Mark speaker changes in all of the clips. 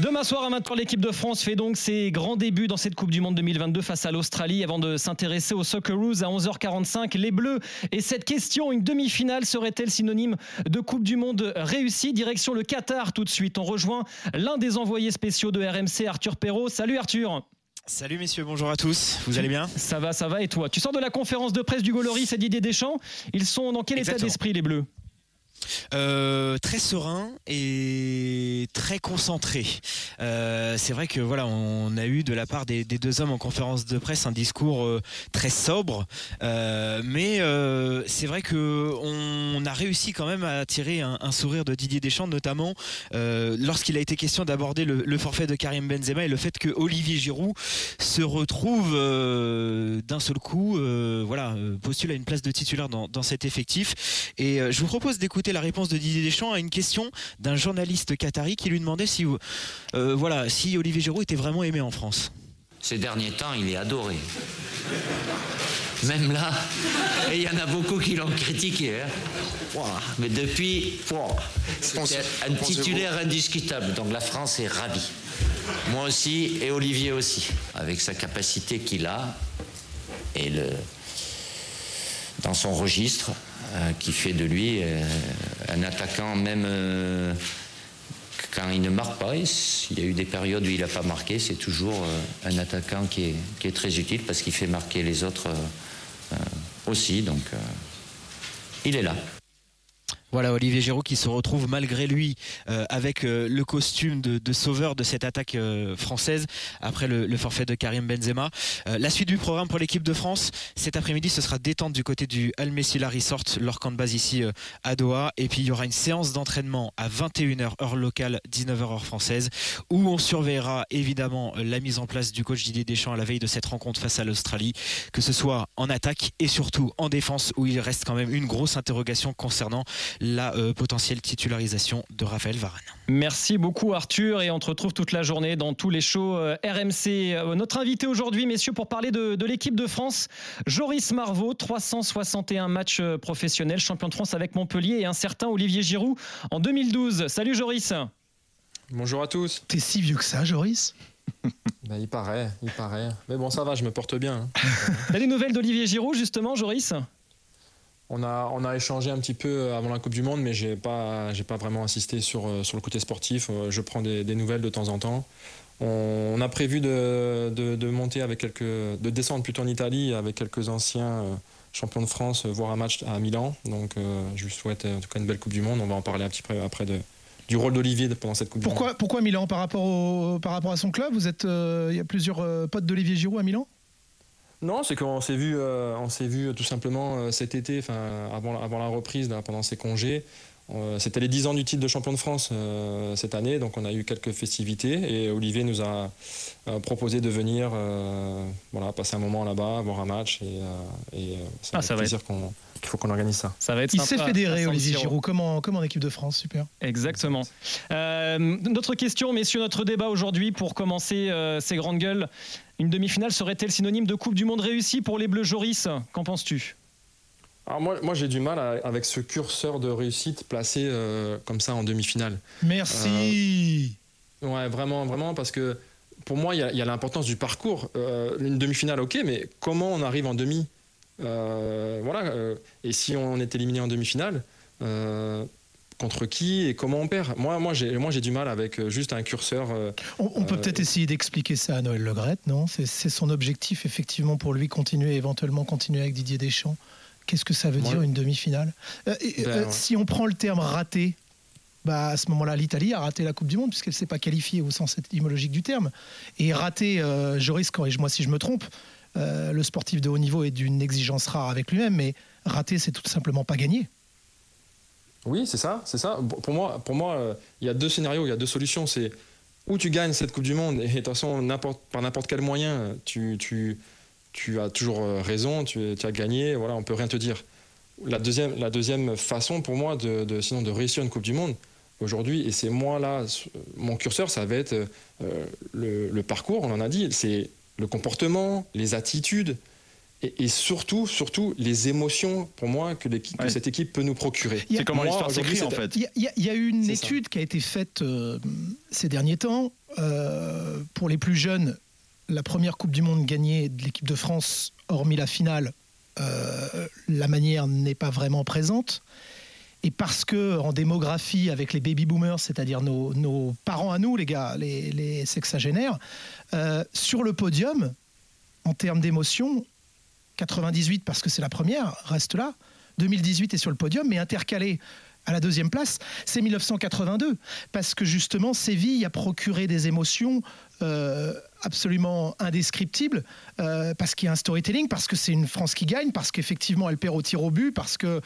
Speaker 1: Demain soir à 20h, l'équipe de France fait donc ses grands débuts dans cette Coupe du Monde 2022 face à l'Australie avant de s'intéresser aux Socceroos à 11h45. Les Bleus et cette question, une demi-finale serait-elle synonyme de Coupe du Monde réussie? Direction le Qatar tout de suite. On rejoint l'un des envoyés spéciaux de RMC, Arthur Perrault. Salut Arthur.
Speaker 2: Salut messieurs, bonjour à tous, vous allez bien?
Speaker 1: Ça va et toi? Tu sors de la conférence de presse d'Hugo Lloris et Didier Deschamps. Ils sont dans quel état d'esprit les Bleus?
Speaker 2: Très serein et très concentré. C'est vrai que voilà, on a eu de la part des deux hommes en conférence de presse un discours très sobre, mais c'est vrai que on a réussi quand même à attirer un sourire de Didier Deschamps, notamment lorsqu'il a été question d'aborder le forfait de Karim Benzema et le fait que Olivier Giroud se retrouve d'un seul coup, postule à une place de titulaire dans cet effectif. Et je vous propose d'écouter la réponse de Didier Deschamps à une question d'un journaliste qatari qui lui demandait si Olivier Giroud était vraiment aimé en France.
Speaker 3: Ces derniers temps, il est adoré. Même là, et il y en a beaucoup qui l'ont critiqué. Mais depuis, c'est un titulaire indiscutable. Donc la France est ravie. Moi aussi et Olivier aussi. Avec sa capacité qu'il a et dans son registre, qui fait de lui un attaquant même quand il ne marque pas. Il y a eu des périodes où il n'a pas marqué. C'est toujours un attaquant qui est très utile parce qu'il fait marquer les autres aussi. Donc il est là.
Speaker 2: Voilà, Olivier Giroud qui se retrouve malgré lui avec le costume de sauveur de cette attaque française après le forfait de Karim Benzema. La suite du programme pour l'équipe de France, cet après-midi, ce sera détente du côté du Al Messila Resort, leur camp de base ici à Doha. Et puis il y aura une séance d'entraînement à 21h heure locale, 19h heure française, où on surveillera évidemment la mise en place du coach Didier Deschamps à la veille de cette rencontre face à l'Australie, que ce soit en attaque et surtout en défense, où il reste quand même une grosse interrogation concernant la potentielle titularisation de Raphaël Varane.
Speaker 1: Merci beaucoup Arthur, et on te retrouve toute la journée dans tous les shows RMC. Notre invité aujourd'hui, messieurs, pour parler de l'équipe de France, Joris Marvaux, 361 matchs professionnels, champion de France avec Montpellier, et un certain Olivier Giroud en 2012. Salut Joris.
Speaker 4: Bonjour à tous.
Speaker 5: T'es si vieux que ça, Joris?
Speaker 4: Il paraît. Mais bon, ça va, je me porte bien.
Speaker 1: T'as des nouvelles d'Olivier Giroud justement, Joris?
Speaker 4: On a échangé un petit peu avant la Coupe du Monde, mais j'ai pas vraiment insisté sur le côté sportif. Je prends des nouvelles de temps en temps. On a prévu de monter de descendre plutôt en Italie avec quelques anciens champions de France, voir un match à Milan. Donc je lui souhaite en tout cas une belle Coupe du Monde. On va en parler un petit peu après du rôle d'Olivier pendant cette Coupe du Monde.
Speaker 5: Pourquoi Milan par rapport à son club? Il y a plusieurs potes d'Olivier Giroud à Milan?
Speaker 4: Non, c'est qu'on s'est vu tout simplement cet été, avant la reprise, là, pendant ses congés. C'était les 10 ans du titre de champion de France cette année, donc on a eu quelques festivités et Olivier nous a proposé de venir passer un moment là-bas, voir un match et c'est avec plaisir qu'il faut qu'on organise ça.
Speaker 1: Ça va être
Speaker 5: Il
Speaker 1: sympa.
Speaker 5: s'est fédéré, Olivier Giroud, comme en équipe de France, super.
Speaker 1: Exactement. Notre question, messieurs, notre débat aujourd'hui pour commencer ces grandes gueules. Une demi-finale serait-elle synonyme de Coupe du Monde réussie pour les Bleus? Joris, qu'en penses-tu?
Speaker 4: Alors moi j'ai du mal avec ce curseur de réussite placé comme ça en demi-finale.
Speaker 5: Merci.
Speaker 4: Ouais, vraiment, parce que pour moi il y a l'importance du parcours. Une demi-finale, ok, mais comment on arrive en demi? Et si on est éliminé en demi-finale, contre qui et comment on perd? Moi j'ai du mal avec juste un curseur.
Speaker 5: On peut peut-être essayer d'expliquer ça à Noël Le Graët, non? C'est son objectif effectivement pour lui, éventuellement continuer avec Didier Deschamps. Qu'est-ce que ça veut dire une demi-finale? Si on prend le terme raté, à ce moment-là, l'Italie a raté la Coupe du Monde puisqu'elle ne s'est pas qualifiée au sens étymologique du terme. Et raté, Joris, corrige-moi si je me trompe, le sportif de haut niveau est d'une exigence rare avec lui-même, mais raté, c'est tout simplement pas gagné.
Speaker 4: Oui, c'est ça. Pour moi, il y a deux scénarios, il y a deux solutions. C'est où tu gagnes cette Coupe du Monde et de toute façon, par n'importe quel moyen, tu as toujours raison, tu as gagné, voilà, on peut rien te dire. La deuxième façon pour moi sinon de réussir une Coupe du Monde aujourd'hui, et c'est moi là, mon curseur, ça va être le parcours, on en a dit, c'est le comportement, les attitudes, et surtout les émotions, pour moi, que cette équipe peut nous procurer.
Speaker 6: C'est comment l'histoire s'écrit, en fait.
Speaker 5: Il y a eu une étude qui a été faite ces derniers temps. Pour les plus jeunes, la première Coupe du Monde gagnée de l'équipe de France, hormis la finale, la manière n'est pas vraiment présente. Et parce que en démographie, avec les baby boomers, c'est-à-dire nos parents à nous, les gars, les sexagénaires, sur le podium, en termes d'émotion, 98 parce que c'est la première, reste là. 2018 est sur le podium, mais intercalé à la deuxième place, c'est 1982. Parce que justement, Séville a procuré des émotions absolument indescriptibles, parce qu'il y a un storytelling, parce que c'est une France qui gagne, parce qu'effectivement elle perd au tir au but, parce que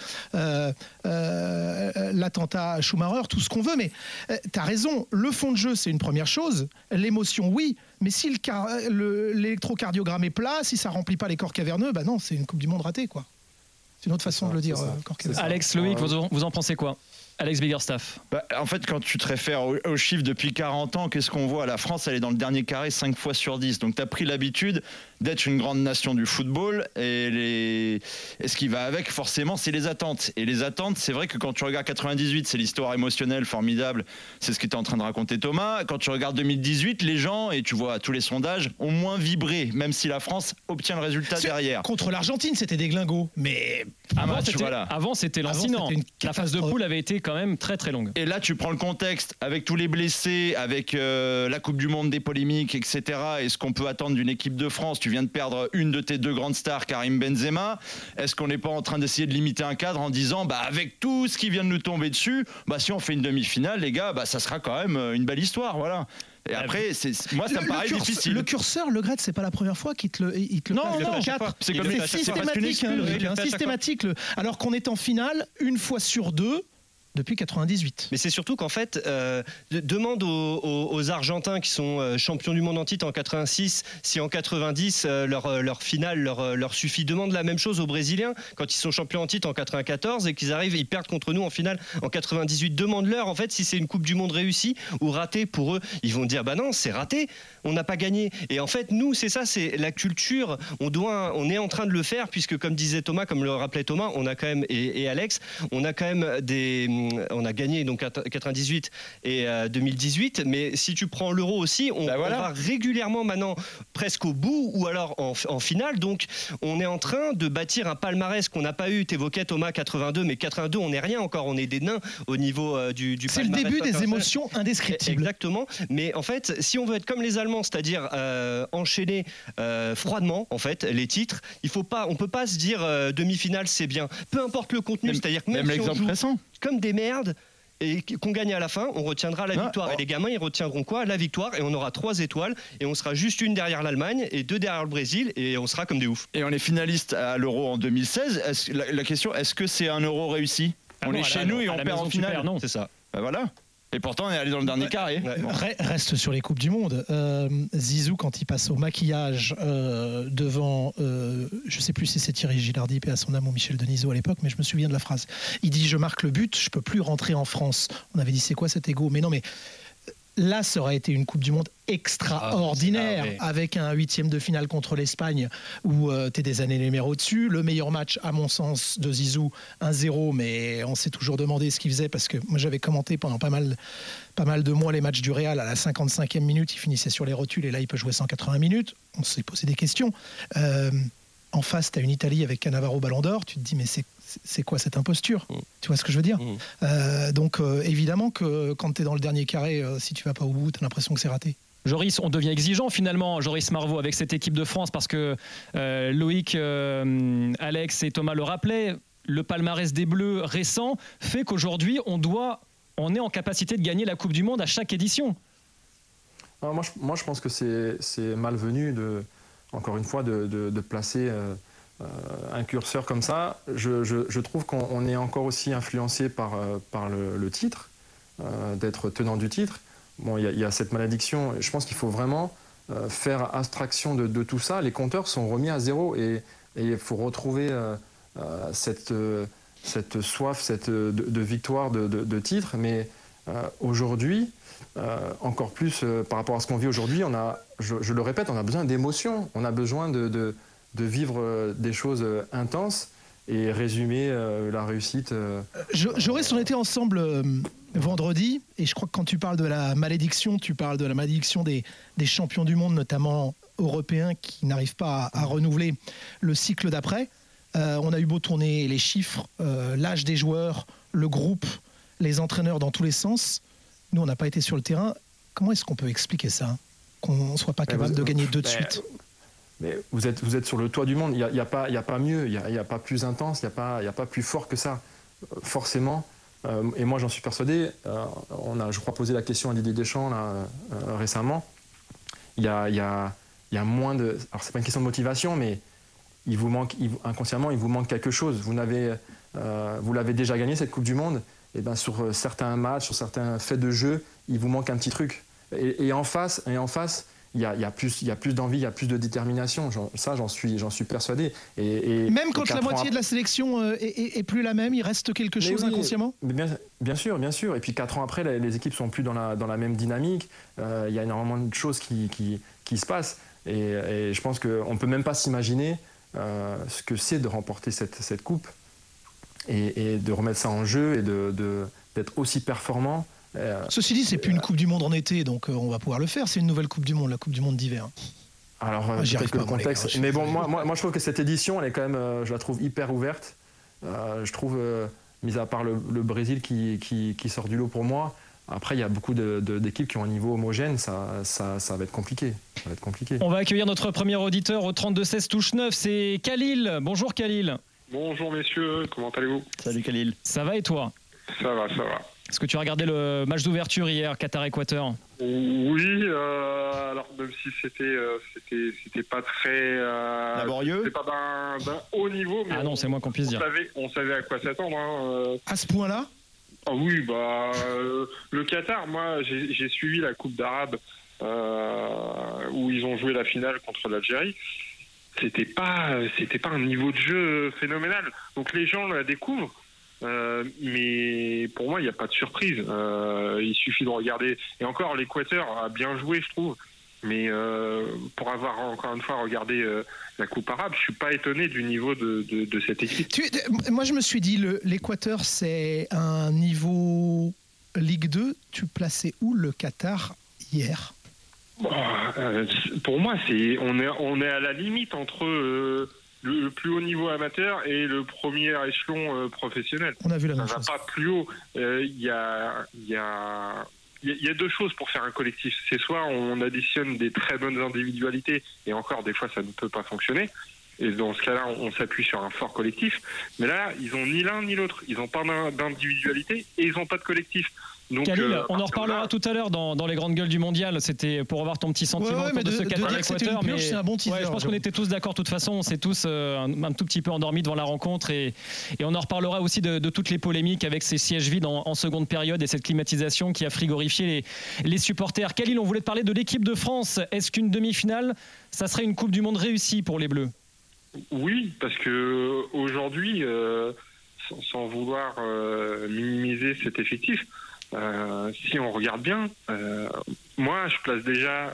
Speaker 5: l'attentat à Schumacher, tout ce qu'on veut. Mais tu as raison, le fond de jeu, c'est une première chose. L'émotion, oui. Mais si l'électrocardiogramme est plat, si ça remplit pas les corps caverneux, bah non, c'est une Coupe du Monde ratée, quoi. C'est une autre façon de le dire.
Speaker 1: Alex, Loïc, vous en pensez quoi ? Alex Biggerstaff.
Speaker 6: En fait, quand tu te réfères aux chiffres depuis 40 ans, qu'est-ce qu'on voit ? La France, elle est dans le dernier carré 5 fois sur 10. Donc, tu as pris l'habitude d'être une grande nation du football. Et ce qui va avec, forcément, c'est les attentes. Et les attentes, c'est vrai que quand tu regardes 98, c'est l'histoire émotionnelle formidable. C'est ce qu'était en train de raconter Thomas. Quand tu regardes 2018, les gens, et tu vois tous les sondages, ont moins vibré, même si la France obtient le résultat derrière.
Speaker 5: Contre l'Argentine, c'était des glingos. Mais
Speaker 1: avant, c'était lancinant. La phase de poule avait été quand même très très longue.
Speaker 6: Et là, tu prends le contexte avec tous les blessés, avec la Coupe du Monde, des polémiques, etc. Et ce qu'on peut attendre d'une équipe de France. Tu viens de perdre une de tes deux grandes stars, Karim Benzema. Est-ce qu'on n'est pas en train d'essayer de limiter un cadre en disant, avec tout ce qui vient de nous tomber dessus, si on fait une demi-finale, les gars, ça sera quand même une belle histoire, voilà. Et après, moi, ça me paraît difficile.
Speaker 5: Le curseur, Le Gret, c'est pas la première fois qu'il te le
Speaker 6: non,
Speaker 5: c'est comme systématique. Alors qu'on est en finale une fois sur deux depuis 98.
Speaker 7: Mais c'est surtout qu'en fait, demande aux Argentins qui sont champions du monde en titre en 86, si en 90 leur finale leur suffit. Demande la même chose aux Brésiliens quand ils sont champions en titre en 94 et qu'ils arrivent, ils perdent contre nous en finale en 98. Demande-leur en fait si c'est une Coupe du Monde réussie ou ratée pour eux. Ils vont dire non, c'est raté, on n'a pas gagné. Et en fait, nous, c'est ça, c'est la culture. On est en train de le faire puisque, comme disait Thomas, comme le rappelait Thomas, on a quand même et Alex, on a quand même on a gagné donc 98 et 2018, mais si tu prends l'Euro aussi, on va régulièrement maintenant presque au bout ou alors en finale. Donc on est en train de bâtir un palmarès qu'on n'a pas eu. T'évoquais Thomas 82, mais 82 on n'est rien encore, on est des nains au niveau du
Speaker 5: c'est le début des émotions indescriptibles.
Speaker 7: Exactement, mais en fait si on veut être comme les Allemands, c'est-à-dire enchaîner froidement en fait les titres, on peut pas se dire demi-finale c'est bien, peu importe le contenu, c'est-à-dire que même si
Speaker 6: l'exemple récent
Speaker 7: comme des merdes et qu'on gagne à la fin, on retiendra la victoire. Et les gamins, ils retiendront quoi ? La victoire, et on aura 3 étoiles, et on sera juste une derrière l'Allemagne et 2 derrière le Brésil, et on sera comme des oufs.
Speaker 6: Et on est finaliste à l'Euro en 2016. La question, est-ce que c'est un Euro réussi ? On est chez nous et on perd en finale.
Speaker 1: Non,
Speaker 7: c'est ça.
Speaker 6: Voilà. Et pourtant, on est allé dans le dernier carré.
Speaker 5: Reste sur les Coupes du Monde. Zizou, quand il passe au maquillage devant, je ne sais plus si c'est Thierry Gilardi, paix à son âme, ou Michel Denisot à l'époque, mais je me souviin de la phrase. Il dit « Je marque le but, je ne peux plus rentrer en France ». On avait dit « C'est quoi cet égo ?» Mais non, mais là, ça aurait été une Coupe du Monde extraordinaire, avec un 8e de finale contre l'Espagne où tu es des années-lumière au-dessus. Le meilleur match, à mon sens, de Zizou, 1-0, mais on s'est toujours demandé ce qu'il faisait parce que moi, j'avais commenté pendant pas mal de mois les matchs du Real. À la 55e minute, il finissait sur les rotules et là, il peut jouer 180 minutes. On s'est posé des questions. En face, tu as une Italie avec Cannavaro Ballon d'Or. Tu te dis, mais c'est quoi cette imposture ? Tu vois ce que je veux dire ? Donc, évidemment que quand tu es dans le dernier carré, si tu vas pas au bout, tu as l'impression que c'est raté.
Speaker 1: Joris, on devient exigeant finalement, Joris Marvaux, avec cette équipe de France parce que Loïc, Alex et Thomas le rappelaient, le palmarès des Bleus récent fait qu'aujourd'hui, on est en capacité de gagner la Coupe du Monde à chaque édition.
Speaker 4: Alors moi, je pense que c'est malvenu encore une fois, de placer un curseur comme ça. Je trouve qu'on est encore aussi influencé par le titre, d'être tenant du titre. Bon, il y a cette malédiction. Je pense qu'il faut vraiment faire abstraction de tout ça. Les compteurs sont remis à zéro et il faut retrouver cette soif de victoire, de titre. Mais aujourd'hui, encore plus par rapport à ce qu'on vit aujourd'hui, je le répète, on a besoin d'émotion, on a besoin vivre des choses intenses et résumer la réussite.
Speaker 5: Joris, on était ensemble vendredi, et je crois que quand tu parles de la malédiction, tu parles de la malédiction des champions du monde, notamment européens, qui n'arrivent pas à renouveler le cycle d'après. On a eu beau tourner les chiffres, l'âge des joueurs, le groupe, les entraîneurs dans tous les sens. Nous, on n'a pas été sur le terrain. Comment est-ce qu'on peut expliquer ça, qu'on ne soit pas capable de gagner 2 de suite?
Speaker 4: Mais vous êtes sur le toit du monde. Il n'y a pas mieux, il n'y a pas plus intense, il n'y a pas plus fort que ça, forcément. Et moi, j'en suis persuadé. On a, je crois, posé la question à Didier Deschamps là, récemment. Il y a moins de... Alors, c'est pas une question de motivation, mais il vous manque, inconsciemment, il vous manque quelque chose. Vous l'avez déjà gagné, cette Coupe du Monde. Et ben, sur certains matchs, sur certains faits de jeu, il vous manque un petit truc. Et en face, il y a plus d'envie, il y a plus de détermination. Ça, j'en suis persuadé. Et
Speaker 5: même quand la moitié de la sélection est plus la même, il reste quelque chose inconsciemment.
Speaker 4: Mais bien sûr. Et puis 4 ans après, les équipes sont plus dans la même dynamique. Il y a énormément de choses qui se passent. Et je pense qu'on ne peut même pas s'imaginer ce que c'est de remporter cette coupe et de remettre ça en jeu et d'être aussi performant.
Speaker 5: Ceci dit, c'est plus une Coupe du Monde en été, donc on va pouvoir le faire. C'est une nouvelle Coupe du Monde, la Coupe du Monde d'hiver.
Speaker 4: Alors, peut-être que le contexte. Mais bon, moi, je trouve que cette édition, elle est quand même, je la trouve hyper ouverte. Je trouve, mis à part le Brésil qui sort du lot pour moi. Après, il y a beaucoup d'équipes qui ont un niveau homogène. Ça va être compliqué.
Speaker 1: On va accueillir notre premier auditeur au 32-16 touche 9. C'est Khalil. Bonjour Khalil.
Speaker 8: Bonjour messieurs, comment allez-vous?
Speaker 1: Salut Khalil. Ça va et toi?
Speaker 8: Ça va.
Speaker 1: Est-ce que tu as regardé le match d'ouverture hier, Qatar-Équateur?
Speaker 8: Oui, alors même si c'était pas très
Speaker 6: laborieux,
Speaker 8: c'était pas d'un haut niveau, mais
Speaker 1: non, c'est moins qu'on puisse dire.
Speaker 8: On savait à quoi s'attendre.
Speaker 5: À ce point-là?
Speaker 8: Ah oui, le Qatar, moi j'ai suivi la Coupe d'Arabe où ils ont joué la finale contre l'Algérie. C'était pas un niveau de jeu phénoménal. Donc les gens la découvrent. Mais pour moi, il n'y a pas de surprise. Il suffit de regarder. Et encore, l'Équateur a bien joué, je trouve. Mais pour avoir encore une fois regardé la Coupe arabe, je ne suis pas étonné du niveau de cette équipe.
Speaker 5: Moi, je me suis dit, l'Équateur, c'est un niveau Ligue 2. Tu plaçais où le Qatar hier?
Speaker 8: Pour moi, on est à la limite entre... le plus haut niveau amateur et le premier échelon professionnel.
Speaker 5: On a vu la même
Speaker 8: chose.
Speaker 5: Ça
Speaker 8: va pas plus haut. Il y a 2 choses pour faire un collectif. C'est soit on additionne des très bonnes individualités, et encore des fois ça ne peut pas fonctionner. Et dans ce cas-là, on s'appuie sur un fort collectif. Mais là, ils ont ni l'un ni l'autre. Ils n'ont pas d'individualité et ils n'ont pas de collectif. Donc,
Speaker 1: Khalil, on en reparlera tout à l'heure dans les grandes gueules du mondial. C'était pour avoir ton petit sentiment autour de ce Qatar-Équateur.
Speaker 5: Mais c'est un bon teaser,
Speaker 1: je pense qu'on était tous d'accord. De toute façon, on s'est tous un tout petit peu endormis devant la rencontre. Et on en reparlera aussi de toutes les polémiques avec ces sièges vides en seconde période et cette climatisation qui a frigorifié les supporters. Khalil, on voulait te parler de l'équipe de France. Est-ce qu'une demi-finale, ça serait une Coupe du Monde réussie pour les Bleus?
Speaker 8: Oui, parce que aujourd'hui, sans vouloir minimiser cet effectif, si on regarde bien, moi je place déjà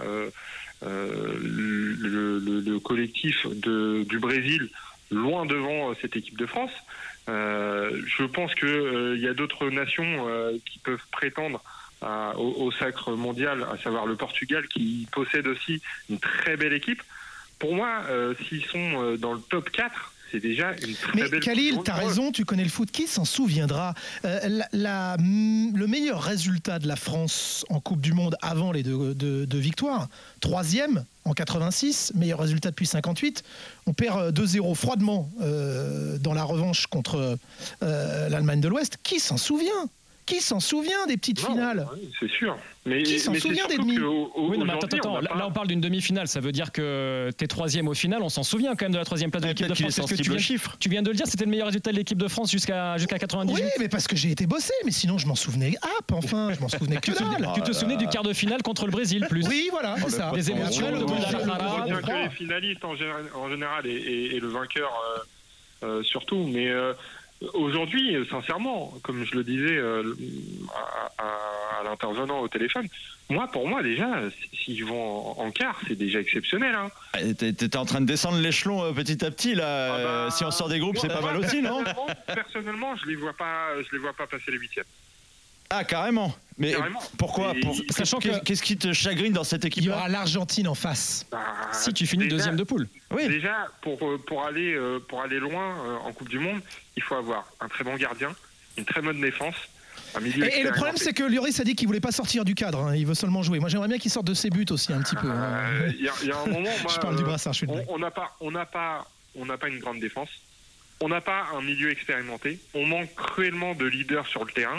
Speaker 8: le collectif du Brésil loin devant cette équipe de France. Je pense qu'il y a d'autres nations qui peuvent prétendre au sacre mondial, à savoir le Portugal qui possède aussi une très belle équipe. Pour moi, s'ils sont dans le top 4, c'est déjà une très belle...
Speaker 5: Mais Khalil, tu as raison, tu connais le foot, qui s'en souviendra? Le meilleur résultat de la France en Coupe du Monde avant les deux victoires, 3e en 86, meilleur résultat depuis 58. On perd 2-0 froidement dans la revanche contre l'Allemagne de l'Ouest. Qui s'en souvient? Qui s'en souvient des petites finales?
Speaker 8: Oui, c'est sûr. Mais,
Speaker 5: qui s'en souvient des demi?
Speaker 1: Oui, non, mais attends. Là, on parle d'une demi-finale. Ça veut dire que t'es 3e au final. On s'en souvient quand même de la 3e place de l'équipe de France. Tu viens de le dire, c'était le meilleur résultat de l'équipe de France jusqu'à 98.
Speaker 5: Oui, mais parce que j'ai été bossé. Mais sinon, je m'en souvenais. Je m'en souvenais que dalle.
Speaker 1: Tu te souvenais du quart de finale contre le Brésil, plus.
Speaker 5: Oui, voilà, c'est ça.
Speaker 1: Des émotions.
Speaker 8: On retient que les finalistes en général et le vainqueur surtout. Mais aujourd'hui, sincèrement, comme je le disais à l'intervenant au téléphone. Pour moi déjà, s'ils vont en quart, c'est déjà exceptionnel. Hein.
Speaker 6: T'étais en train de descendre l'échelon petit à petit là. Si on sort des groupes, c'est pas mal aussi, non?
Speaker 8: Personnellement, je les vois pas passer les 8e.
Speaker 6: Ah, carrément. Mais carrément. Pourquoi? Sachant qu'est-ce qui te chagrine dans cette équipe?
Speaker 5: Il y aura l'Argentine en face.
Speaker 1: Si tu finis deuxième de poule.
Speaker 8: Oui. Déjà, pour aller loin en Coupe du Monde, il faut avoir un très bon gardien, une très bonne défense.
Speaker 5: Et le problème, c'est que Lloris a dit qu'il voulait pas sortir du cadre. Hein. Il veut seulement jouer. Moi, j'aimerais bien qu'il sorte de ses buts aussi un petit peu.
Speaker 8: Il y a un moment.
Speaker 5: Je parle du brassard.
Speaker 8: On n'a pas une grande défense. On n'a pas un milieu expérimenté. On manque cruellement de leaders sur le terrain.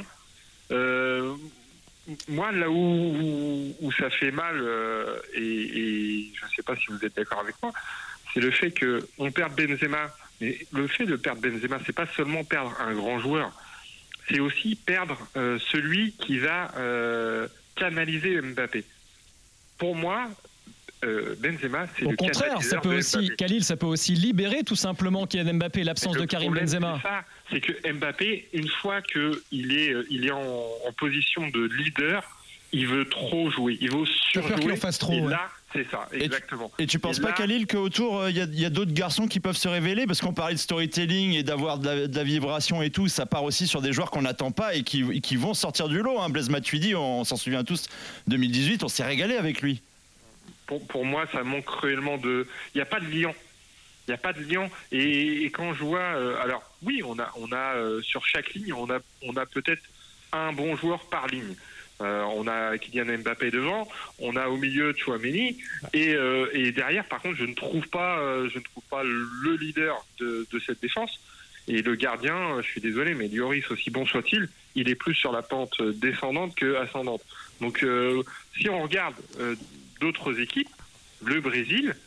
Speaker 8: Moi, là où ça fait mal, et je ne sais pas si vous êtes d'accord avec moi, c'est le fait qu'on perde Benzema. Mais le fait de perdre Benzema, c'est pas seulement perdre un grand joueur, c'est aussi perdre celui qui va canaliser Mbappé. Pour moi, Benzema, c'est
Speaker 1: au contraire, ça peut aussi, Khalil, ça peut aussi libérer tout simplement Kylian Mbappé, l'absence de Karim Benzema.
Speaker 8: C'est que Mbappé, une fois qu'il est en position de leader, il veut trop jouer, il veut surjouer.
Speaker 5: Qu'il en fasse trop.
Speaker 8: Et là, c'est ça, exactement.
Speaker 6: Et tu penses pas, Khalil, qu'autour, il y a d'autres garçons qui peuvent se révéler? Parce qu'on parlait de storytelling et d'avoir de la vibration et tout, ça part aussi sur des joueurs qu'on n'attend pas et qui vont sortir du lot. Hein. Blaise Matuidi, on s'en souvient tous, 2018, on s'est régalé avec lui.
Speaker 8: Pour moi, ça manque cruellement de... Il n'y a pas de lion. Il n'y a pas de lion. Et quand je vois... alors, oui, on a sur chaque ligne, on a peut-être un bon joueur par ligne. On a Kylian Mbappé devant, on a au milieu Tchouaméni, et derrière, par contre, je ne trouve pas le leader de cette défense. Et le gardien, je suis désolé, mais Lloris, aussi bon soit-il, il est plus sur la pente descendante que ascendante. Donc, si on regarde d'autres équipes, le Brésil,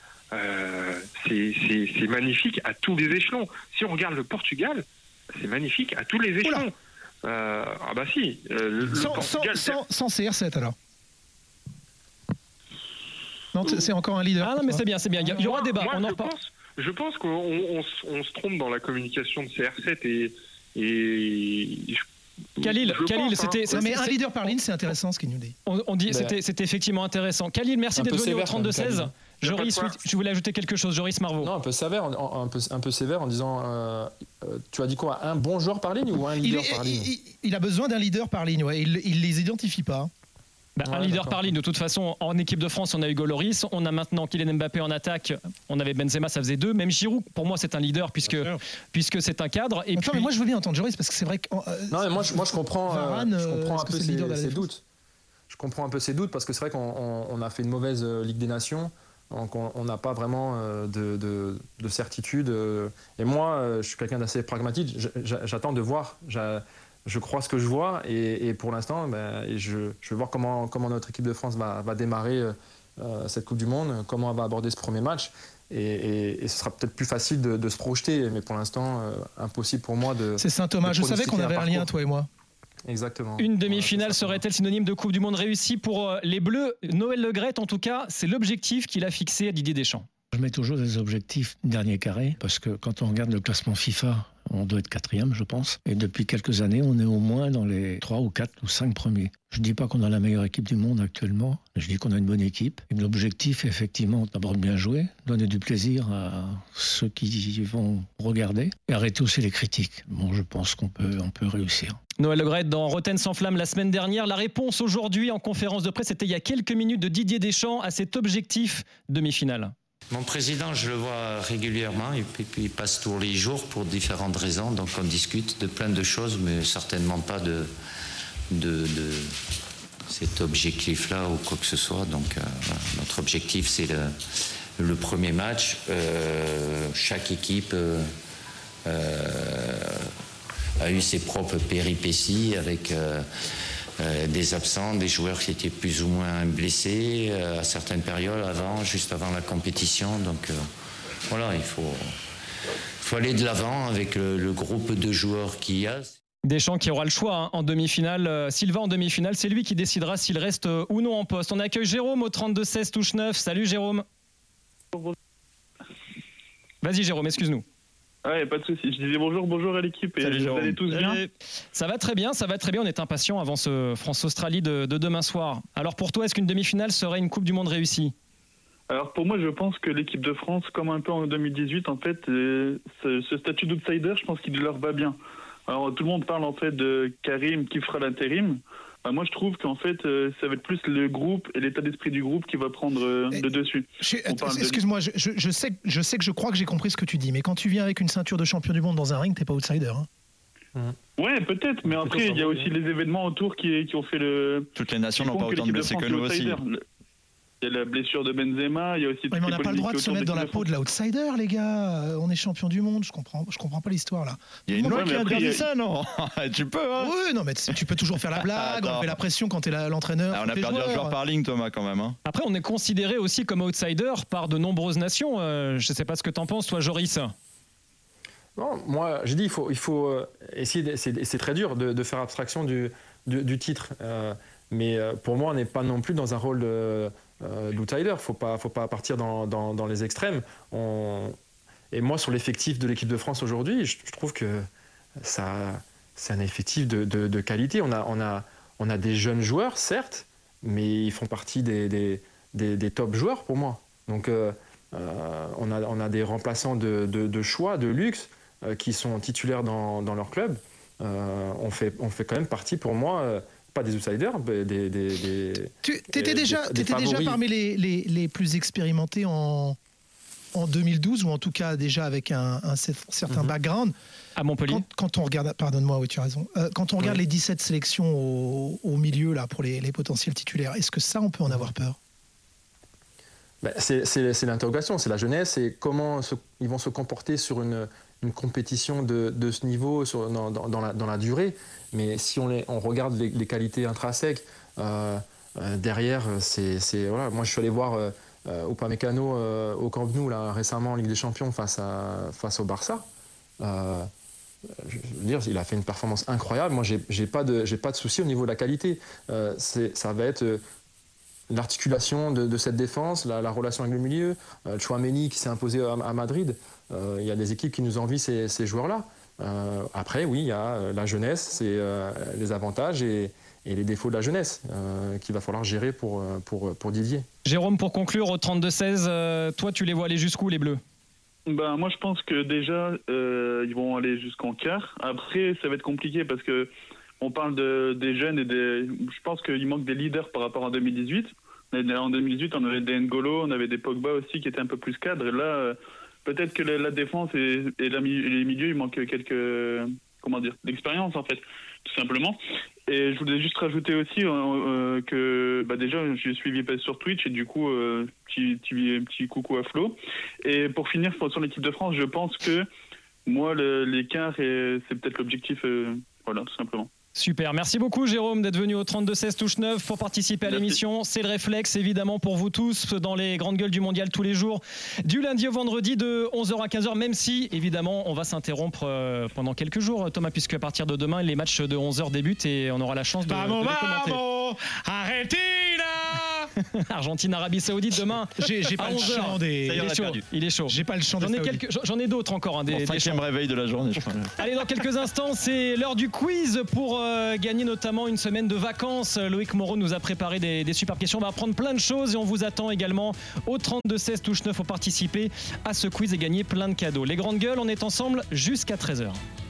Speaker 8: c'est magnifique à tous les échelons. Si on regarde le Portugal, c'est magnifique à tous les échelons. Ah bah si.
Speaker 5: Sans CR7 alors. Non, c'est encore un leader.
Speaker 1: Ah non, mais c'est bien. Il y aura débat.
Speaker 8: Je pense qu'on se trompe dans la communication de CR7 et
Speaker 1: Khalil, c'était.
Speaker 5: Mais un leader par ligne, c'est intéressant ce qu'il nous dit.
Speaker 1: On dit, c'était effectivement intéressant. Khalil, merci d'être venu au 32-16. Joris, tu voulais ajouter quelque chose, Joris Marvaux?
Speaker 4: Non, un peu sévère, un peu sévère en disant. Tu as dit quoi? Un bon joueur par ligne ou un leader par ligne?
Speaker 5: Il a besoin d'un leader par ligne. Ouais. Il les identifie pas.
Speaker 1: Un leader par ligne, de toute façon, en équipe de France, on a Hugo Lloris, on a maintenant Kylian Mbappé en attaque, on avait Benzema, ça faisait 2, même Giroud, pour moi c'est un leader puisque c'est un cadre. Et
Speaker 5: mais moi je veux bien entendre Joris parce que c'est vrai que...
Speaker 4: non, mais moi je comprends un peu ses doutes. Je comprends un peu ses doutes parce que c'est vrai qu'on a fait une mauvaise Ligue des Nations, donc on n'a pas vraiment de certitude. Et moi, je suis quelqu'un d'assez pragmatique, j'attends de voir... Je crois ce que je vois et pour l'instant, je vais voir comment notre équipe de France va démarrer cette Coupe du Monde, comment elle va aborder ce premier match. Et ce sera peut-être plus facile de se projeter, mais pour l'instant, impossible pour moi de...
Speaker 5: C'est Saint-Thomas, je savais qu'on avait un lien, toi et moi.
Speaker 4: Exactement.
Speaker 1: Une demi-finale serait-elle synonyme de Coupe du Monde réussie pour les Bleus? Noël Le Graët, en tout cas, c'est l'objectif qu'il a fixé à Didier Deschamps.
Speaker 9: Je mets toujours des objectifs dernier carré, parce que quand on regarde le classement FIFA, on doit être 4e, je pense. Et depuis quelques années, on est au moins dans les 3 ou 4 ou 5 premiers. Je ne dis pas qu'on a la meilleure équipe du monde actuellement, je dis qu'on a une bonne équipe. Et l'objectif, effectivement, d'abord de bien jouer, donner du plaisir à ceux qui vont regarder, et arrêter aussi les critiques. Bon, je pense qu'on peut réussir.
Speaker 1: Noël Le Graët dans Rotten sans flamme la semaine dernière. La réponse aujourd'hui en conférence de presse, c'était il y a quelques minutes, de Didier Deschamps à cet objectif demi-finale.
Speaker 3: Mon président, je le vois régulièrement et puis il passe tous les jours pour différentes raisons. Donc on discute de plein de choses, mais certainement pas de cet objectif-là ou quoi que ce soit. Donc voilà. Notre objectif, c'est le premier match. Chaque équipe a eu ses propres péripéties avec... des absents, des joueurs qui étaient plus ou moins blessés à certaines périodes, juste avant la compétition. Donc voilà, il faut aller de l'avant avec le groupe de joueurs qu'il y a.
Speaker 1: Deschamps qui aura le choix en demi-finale. S'il va en demi-finale, c'est lui qui décidera s'il reste ou non en poste. On accueille Jérôme au 32-16 touche 9. Salut Jérôme. Vas-y Jérôme, excuse-nous.
Speaker 10: Ouais, pas de souci. Je disais bonjour à l'équipe et
Speaker 6: Salut,
Speaker 10: vous allez tous bien.
Speaker 1: Ça va très bien. On est impatients avant ce France-Australie de demain soir. Alors pour toi, est-ce qu'une demi-finale serait une Coupe du Monde réussie ?
Speaker 10: Alors pour moi, je pense que l'équipe de France, comme un peu en 2018, en fait, ce statut d'outsider, je pense qu'il leur va bien. Alors tout le monde parle en fait de Karim qui fera l'intérim. Moi, je trouve qu'en fait, ça va être plus le groupe et l'état d'esprit du groupe qui va prendre le dessus.
Speaker 5: Excuse-moi, je sais que je crois que j'ai compris ce que tu dis, mais quand tu viens avec une ceinture de champion du monde dans un ring, t'es pas outsider. Hein.
Speaker 10: Ouais, peut-être, mais après, il y a aussi les événements autour qui ont fait le...
Speaker 6: Toutes les nations n'ont pas autant de blessés que nous aussi.
Speaker 10: Il y a la blessure de Benzema, il y a aussi...
Speaker 5: mais on n'a pas le droit de se mettre dans la peau de l'outsider, les gars. On est champion du monde, je comprends pas l'histoire là.
Speaker 6: Il y a une loi qui interdit ça, non? Tu peux, hein?
Speaker 5: Oui, non, mais tu peux toujours faire la blague, enlever la pression quand t'es l'entraîneur.
Speaker 6: On a perdu un joueur par ligne, Thomas, quand même. Hein.
Speaker 1: Après, on est considéré aussi comme outsider par de nombreuses nations. Je sais pas ce que t'en penses, toi, Joris.
Speaker 4: Non, moi, j'ai dit, il faut essayer. C'est très dur de faire abstraction du titre. Mais pour moi, on n'est pas non plus dans un rôle d'outsider. Faut pas partir dans les extrêmes. Et moi, sur l'effectif de l'équipe de France aujourd'hui, je trouve que c'est un effectif de qualité. On a des jeunes joueurs, certes, mais ils font partie des top joueurs pour moi. Donc, on a des remplaçants de choix, de luxe, qui sont titulaires dans leur club. On fait quand même partie, pour moi, pas des outsiders,
Speaker 5: t'étais déjà parmi les plus expérimentés en 2012, ou en tout cas déjà avec un certain background.
Speaker 1: À Montpellier.
Speaker 5: Quand on regarde, pardonne-moi, oui, tu as raison. Quand on regarde les 17 sélections au milieu là, pour les potentiels titulaires, est-ce que ça, on peut en avoir peur?
Speaker 4: C'est l'interrogation, c'est la jeunesse, et comment ils vont se comporter sur une compétition de ce niveau dans la durée. Mais si on regarde les qualités intrinsèques, derrière, voilà. Moi, je suis allé voir Upamecano au Camp Nou là, récemment en Ligue des Champions face au Barça. Je veux dire, il a fait une performance incroyable. Moi, j'ai pas de souci au niveau de la qualité. Ça va être l'articulation de cette défense, la relation avec le milieu, Tchouaméni qui s'est imposé à Madrid. Il y a des équipes qui nous envient ces joueurs-là. Après, oui, il y a la jeunesse, c'est les avantages et les défauts de la jeunesse qu'il va falloir gérer pour Didier.
Speaker 1: Jérôme, pour conclure, au 32-16, toi, tu les vois aller jusqu'où, les Bleus?
Speaker 10: Moi, je pense que déjà, ils vont aller jusqu'en quart. Après, ça va être compliqué parce que on parle des jeunes et je pense qu'il manque des leaders par rapport à 2018. En 2018, on avait des N'Golo, on avait des Pogba aussi qui étaient un peu plus cadres. Et là, peut-être que la défense et les milieux, il manque quelques, d'expérience en fait, tout simplement. Et je voulais juste rajouter aussi que déjà, je suivi sur Twitch et du coup, petit coucou à Flo. Et pour finir sur l'équipe de France, je pense que moi, l'écart, c'est peut-être l'objectif, voilà, tout simplement.
Speaker 1: Super, merci beaucoup Jérôme d'être venu au 32-16 touche 9 pour participer à l'émission. C'est le réflexe évidemment pour vous tous dans les grandes gueules du mondial tous les jours, du lundi au vendredi de 11h à 15h, même si évidemment on va s'interrompre pendant quelques jours, Thomas, puisque à partir de demain les matchs de 11h débutent et on aura la chance de les commenter. Argentina Argentine, Arabie Saoudite demain.
Speaker 5: J'ai pas le chant des.
Speaker 1: Il est chaud.
Speaker 5: J'ai pas le chant.
Speaker 1: J'en ai d'autres encore.
Speaker 6: Des 5e réveil de la journée, je crois.
Speaker 1: Allez, dans quelques instants, c'est l'heure du quiz pour gagner notamment une semaine de vacances. Loïc Moreau nous a préparé des superbes questions. On va apprendre plein de choses et on vous attend également au 32-16 touche 9 pour participer à ce quiz et gagner plein de cadeaux. Les grandes gueules, on est ensemble jusqu'à 13h.